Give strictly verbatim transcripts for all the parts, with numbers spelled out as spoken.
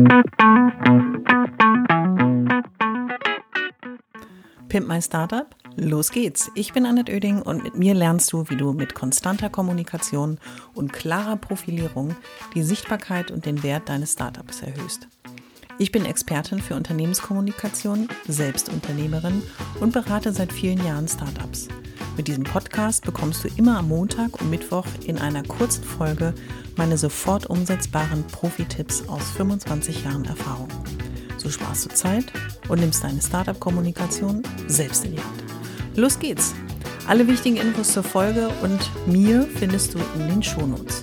Pimp My Startup, los geht's. Ich bin Annette Oeding und mit mir lernst du, wie du mit konstanter Kommunikation und klarer Profilierung die Sichtbarkeit und den Wert deines Startups erhöhst. Ich bin Expertin für Unternehmenskommunikation, selbst Unternehmerin und berate seit vielen Jahren Startups. Mit diesem Podcast bekommst du immer am Montag und Mittwoch in einer kurzen Folge meine sofort umsetzbaren Profi-Tipps aus fünfundzwanzig Jahren Erfahrung. So sparst du Zeit und nimmst deine Startup-Kommunikation selbst in die Hand. Los geht's! Alle wichtigen Infos zur Folge und mir findest du in den Shownotes.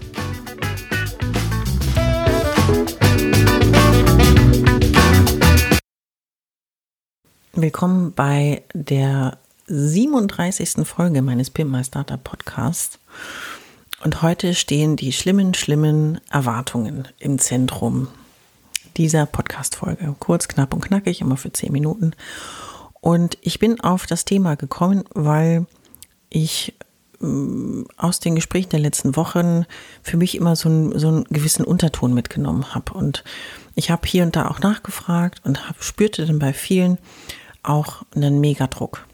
Willkommen bei der siebenunddreißigsten Folge meines Pimp My Startup Podcasts. Und heute stehen die schlimmen, schlimmen Erwartungen im Zentrum dieser Podcast-Folge. Kurz, knapp und knackig, immer für zehn Minuten. Und ich bin auf das Thema gekommen, weil ich äh, aus den Gesprächen der letzten Wochen für mich immer so, ein, so einen gewissen Unterton mitgenommen habe. Und ich habe hier und da auch nachgefragt und hab, spürte dann bei vielen auch einen Megadruck.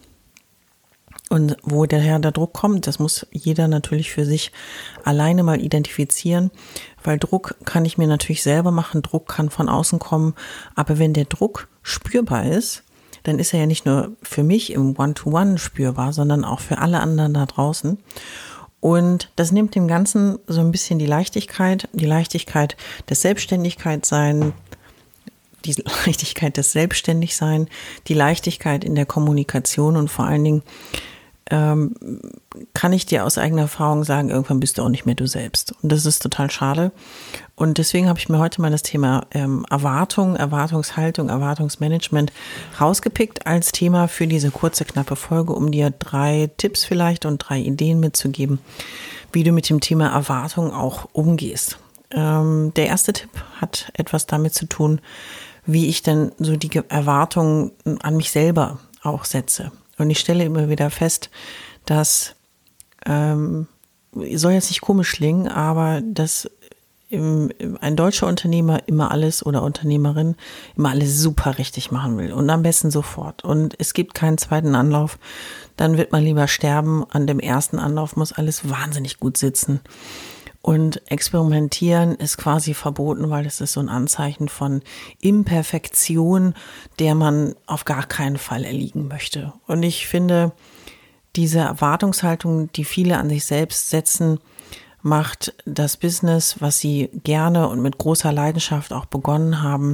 Und wo daher der Druck kommt, das muss jeder natürlich für sich alleine mal identifizieren, weil Druck kann ich mir natürlich selber machen, Druck kann von außen kommen, aber wenn der Druck spürbar ist, dann ist er ja nicht nur für mich im One-to-One spürbar, sondern auch für alle anderen da draußen. Und das nimmt dem Ganzen so ein bisschen die Leichtigkeit, die Leichtigkeit des Selbstständigkeitsseins, die Leichtigkeit des Selbstständigsein, die Leichtigkeit in der Kommunikation und vor allen Dingen ähm, kann ich dir aus eigener Erfahrung sagen, irgendwann bist du auch nicht mehr du selbst. Und das ist total schade. Und deswegen habe ich mir heute mal das Thema ähm, Erwartung, Erwartungshaltung, Erwartungsmanagement rausgepickt als Thema für diese kurze, knappe Folge, um dir drei Tipps vielleicht und drei Ideen mitzugeben, wie du mit dem Thema Erwartung auch umgehst. Ähm, der erste Tipp hat etwas damit zu tun, wie ich denn so die Erwartungen an mich selber auch setze. Und ich stelle immer wieder fest, dass, ähm, soll jetzt nicht komisch klingen, aber dass im, ein deutscher Unternehmer immer alles oder Unternehmerin immer alles super richtig machen will und am besten sofort. Und es gibt keinen zweiten Anlauf, dann wird man lieber sterben. An dem ersten Anlauf muss alles wahnsinnig gut sitzen. Und experimentieren ist quasi verboten, weil es ist so ein Anzeichen von Imperfektion, der man auf gar keinen Fall erliegen möchte. Und ich finde, diese Erwartungshaltung, die viele an sich selbst setzen, macht das Business, was sie gerne und mit großer Leidenschaft auch begonnen haben,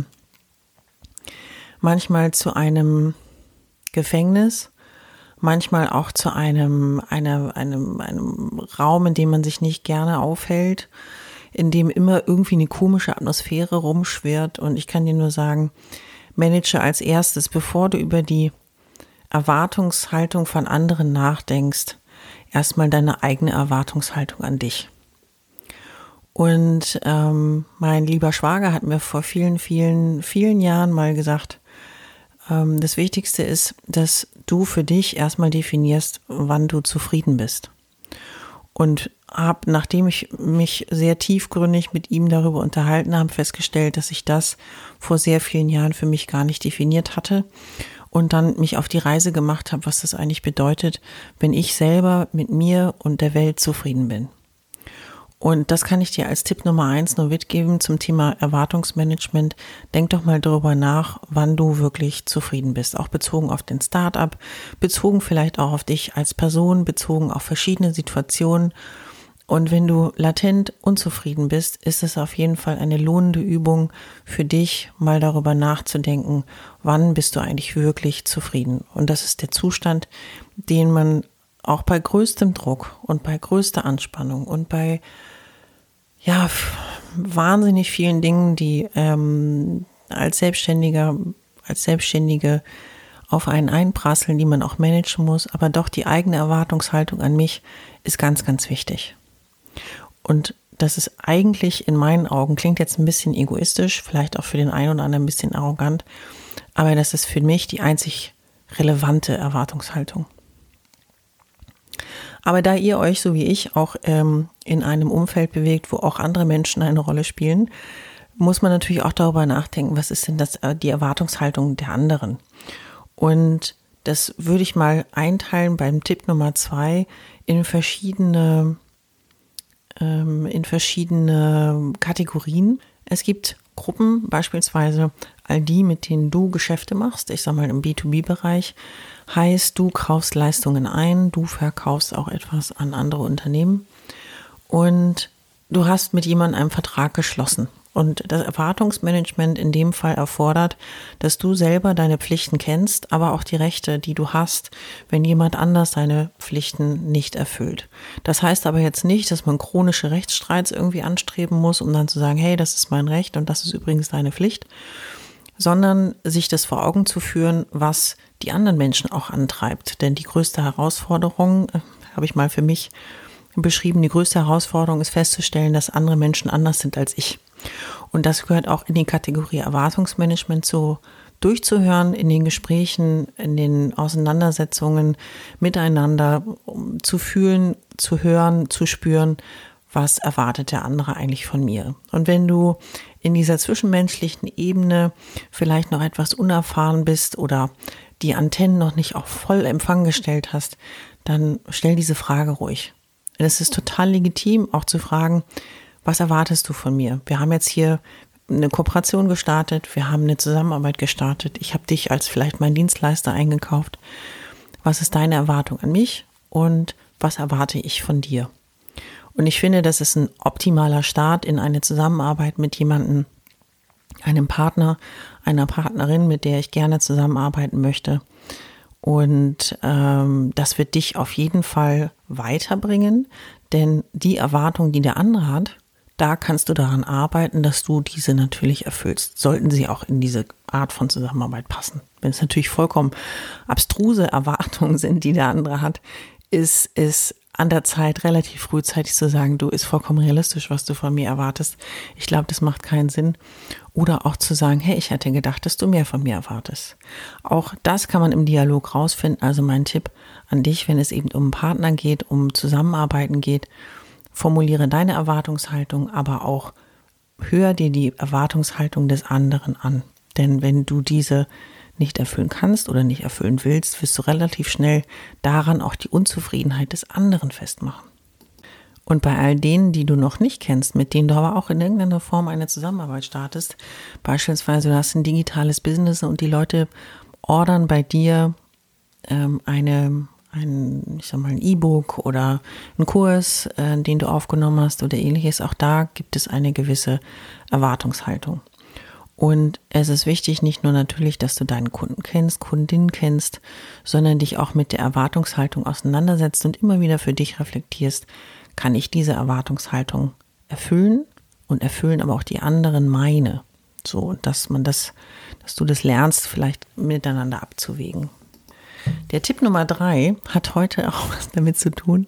manchmal zu einem Gefängnis, manchmal auch zu einem, einer, einem, einem Raum, in dem man sich nicht gerne aufhält, in dem immer irgendwie eine komische Atmosphäre rumschwirrt. Und ich kann dir nur sagen, manage als erstes, bevor du über die Erwartungshaltung von anderen nachdenkst, erstmal deine eigene Erwartungshaltung an dich. Und ähm, mein lieber Schwager hat mir vor vielen, vielen, vielen Jahren mal gesagt, ähm, das Wichtigste ist, dass du für dich erstmal definierst, wann du zufrieden bist. Und habe, nachdem ich mich sehr tiefgründig mit ihm darüber unterhalten habe, festgestellt, dass ich das vor sehr vielen Jahren für mich gar nicht definiert hatte und dann mich auf die Reise gemacht habe, was das eigentlich bedeutet, wenn ich selber mit mir und der Welt zufrieden bin. Und das kann ich dir als Tipp Nummer eins nur mitgeben zum Thema Erwartungsmanagement. Denk doch mal darüber nach, wann du wirklich zufrieden bist. Auch bezogen auf den Start-up, bezogen vielleicht auch auf dich als Person, bezogen auf verschiedene Situationen. Und wenn du latent unzufrieden bist, ist es auf jeden Fall eine lohnende Übung für dich, mal darüber nachzudenken, wann bist du eigentlich wirklich zufrieden. Und das ist der Zustand, den man auch bei größtem Druck und bei größter Anspannung und bei ja wahnsinnig vielen Dingen, die ähm, als Selbstständiger, als Selbstständige auf einen einprasseln, die man auch managen muss, aber doch die eigene Erwartungshaltung an mich ist ganz, ganz wichtig. Und das ist eigentlich in meinen Augen, klingt jetzt ein bisschen egoistisch, vielleicht auch für den einen oder anderen ein bisschen arrogant, aber das ist für mich die einzig relevante Erwartungshaltung. Aber da ihr euch, so wie ich, auch ähm, in einem Umfeld bewegt, wo auch andere Menschen eine Rolle spielen, muss man natürlich auch darüber nachdenken, was ist denn das, die Erwartungshaltung der anderen. Und das würde ich mal einteilen beim Tipp Nummer zwei in verschiedene, ähm, in verschiedene Kategorien. Es gibt Gruppen, beispielsweise all die, mit denen du Geschäfte machst, ich sag mal im B to B-Bereich, heißt, du kaufst Leistungen ein, du verkaufst auch etwas an andere Unternehmen und du hast mit jemandem einen Vertrag geschlossen. Und das Erwartungsmanagement in dem Fall erfordert, dass du selber deine Pflichten kennst, aber auch die Rechte, die du hast, wenn jemand anders seine Pflichten nicht erfüllt. Das heißt aber jetzt nicht, dass man chronische Rechtsstreits irgendwie anstreben muss, um dann zu sagen, hey, das ist mein Recht und das ist übrigens deine Pflicht, sondern sich das vor Augen zu führen, was die anderen Menschen auch antreibt. Denn die größte Herausforderung, äh, habe ich mal für mich beschrieben, die größte Herausforderung ist festzustellen, dass andere Menschen anders sind als ich. Und das gehört auch in die Kategorie Erwartungsmanagement so durchzuhören, in den Gesprächen, in den Auseinandersetzungen miteinander, um zu fühlen, zu hören, zu spüren, was erwartet der andere eigentlich von mir. Und wenn du in dieser zwischenmenschlichen Ebene vielleicht noch etwas unerfahren bist oder die Antennen noch nicht auf Vollempfang gestellt hast, dann stell diese Frage ruhig. Es ist total legitim, auch zu fragen, was erwartest du von mir? Wir haben jetzt hier eine Kooperation gestartet, wir haben eine Zusammenarbeit gestartet, ich habe dich als vielleicht mein Dienstleister eingekauft. Was ist deine Erwartung an mich und was erwarte ich von dir? Und ich finde, das ist ein optimaler Start in eine Zusammenarbeit mit jemandem, einem Partner, einer Partnerin, mit der ich gerne zusammenarbeiten möchte. Und ähm, das wird dich auf jeden Fall weiterbringen, denn die Erwartung, die der andere hat, da kannst du daran arbeiten, dass du diese natürlich erfüllst. Sollten sie auch in diese Art von Zusammenarbeit passen. Wenn es natürlich vollkommen abstruse Erwartungen sind, die der andere hat, ist es an der Zeit, relativ frühzeitig zu sagen, du, ist vollkommen realistisch, was du von mir erwartest. Ich glaube, das macht keinen Sinn. Oder auch zu sagen, hey, ich hätte gedacht, dass du mehr von mir erwartest. Auch das kann man im Dialog rausfinden. Also mein Tipp an dich, wenn es eben um Partner geht, um Zusammenarbeiten geht, formuliere deine Erwartungshaltung, aber auch hör dir die Erwartungshaltung des anderen an. Denn wenn du diese nicht erfüllen kannst oder nicht erfüllen willst, wirst du relativ schnell daran auch die Unzufriedenheit des anderen festmachen. Und bei all denen, die du noch nicht kennst, mit denen du aber auch in irgendeiner Form eine Zusammenarbeit startest, beispielsweise du hast ein digitales Business und die Leute ordern bei dir ähm, eine, ein, ich sag mal, ein E-Book oder einen Kurs, äh, den du aufgenommen hast oder ähnliches, auch da gibt es eine gewisse Erwartungshaltung. Und es ist wichtig, nicht nur natürlich, dass du deinen Kunden kennst, Kundin kennst, sondern dich auch mit der Erwartungshaltung auseinandersetzt und immer wieder für dich reflektierst, kann ich diese Erwartungshaltung erfüllen und erfüllen aber auch die anderen meine. So, dass man das, dass du das lernst, vielleicht miteinander abzuwägen. Der Tipp Nummer drei hat heute auch was damit zu tun,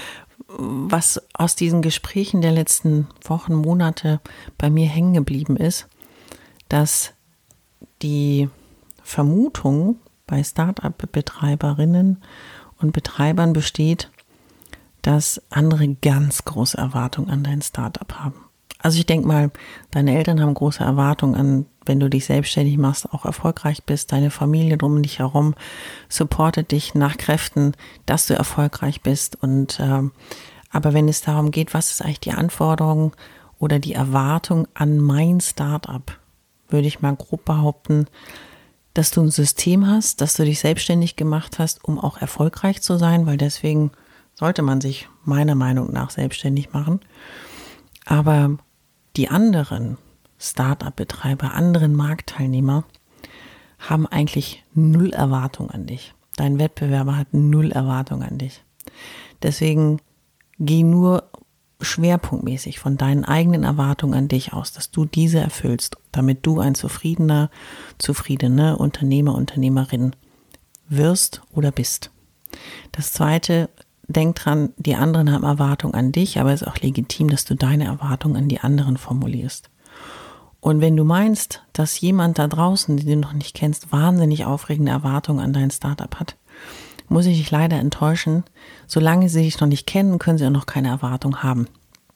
was aus diesen Gesprächen der letzten Wochen, Monate bei mir hängen geblieben ist, dass die Vermutung bei Start-up-Betreiberinnen und Betreibern besteht, dass andere ganz große Erwartungen an dein Start-up haben. Also ich denke mal, deine Eltern haben große Erwartungen an, wenn du dich selbstständig machst, auch erfolgreich bist, deine Familie drum dich herum supportet dich nach Kräften, dass du erfolgreich bist. Und äh, aber wenn es darum geht, was ist eigentlich die Anforderung oder die Erwartung an mein Start-up, würde ich mal grob behaupten, dass du ein System hast, dass du dich selbstständig gemacht hast, um auch erfolgreich zu sein, weil deswegen sollte man sich meiner Meinung nach selbstständig machen. Aber die anderen Start-up-Betreiber, anderen Marktteilnehmer haben eigentlich null Erwartung an dich. Dein Wettbewerber hat null Erwartung an dich. Deswegen geh nur schwerpunktmäßig von deinen eigenen Erwartungen an dich aus, dass du diese erfüllst, damit du ein zufriedener, zufriedene Unternehmer, Unternehmerin wirst oder bist. Das Zweite, denk dran, die anderen haben Erwartungen an dich, aber es ist auch legitim, dass du deine Erwartungen an die anderen formulierst. Und wenn du meinst, dass jemand da draußen, den du noch nicht kennst, wahnsinnig aufregende Erwartungen an dein Startup hat, muss ich dich leider enttäuschen. Solange sie dich noch nicht kennen, können sie auch noch keine Erwartung haben.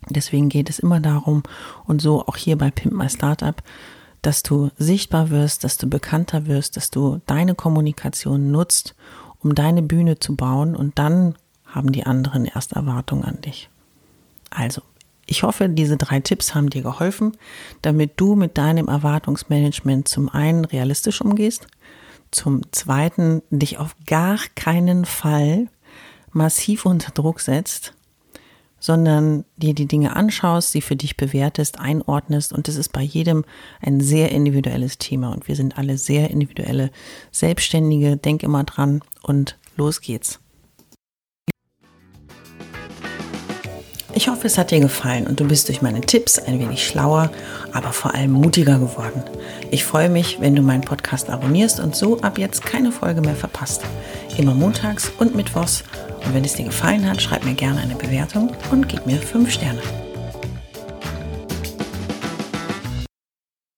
Deswegen geht es immer darum, und so auch hier bei Pimp My Startup, dass du sichtbar wirst, dass du bekannter wirst, dass du deine Kommunikation nutzt, um deine Bühne zu bauen, und dann haben die anderen erst Erwartungen an dich. Also, ich hoffe, diese drei Tipps haben dir geholfen, damit du mit deinem Erwartungsmanagement zum einen realistisch umgehst, zum zweiten dich auf gar keinen Fall massiv unter Druck setzt, sondern dir die Dinge anschaust, sie für dich bewertest, einordnest, und das ist bei jedem ein sehr individuelles Thema und wir sind alle sehr individuelle Selbstständige. Denk immer dran und los geht's. Ich hoffe, es hat dir gefallen und du bist durch meine Tipps ein wenig schlauer, aber vor allem mutiger geworden. Ich freue mich, wenn du meinen Podcast abonnierst und so ab jetzt keine Folge mehr verpasst. Immer montags und mittwochs. Und wenn es dir gefallen hat, schreib mir gerne eine Bewertung und gib mir fünf Sterne.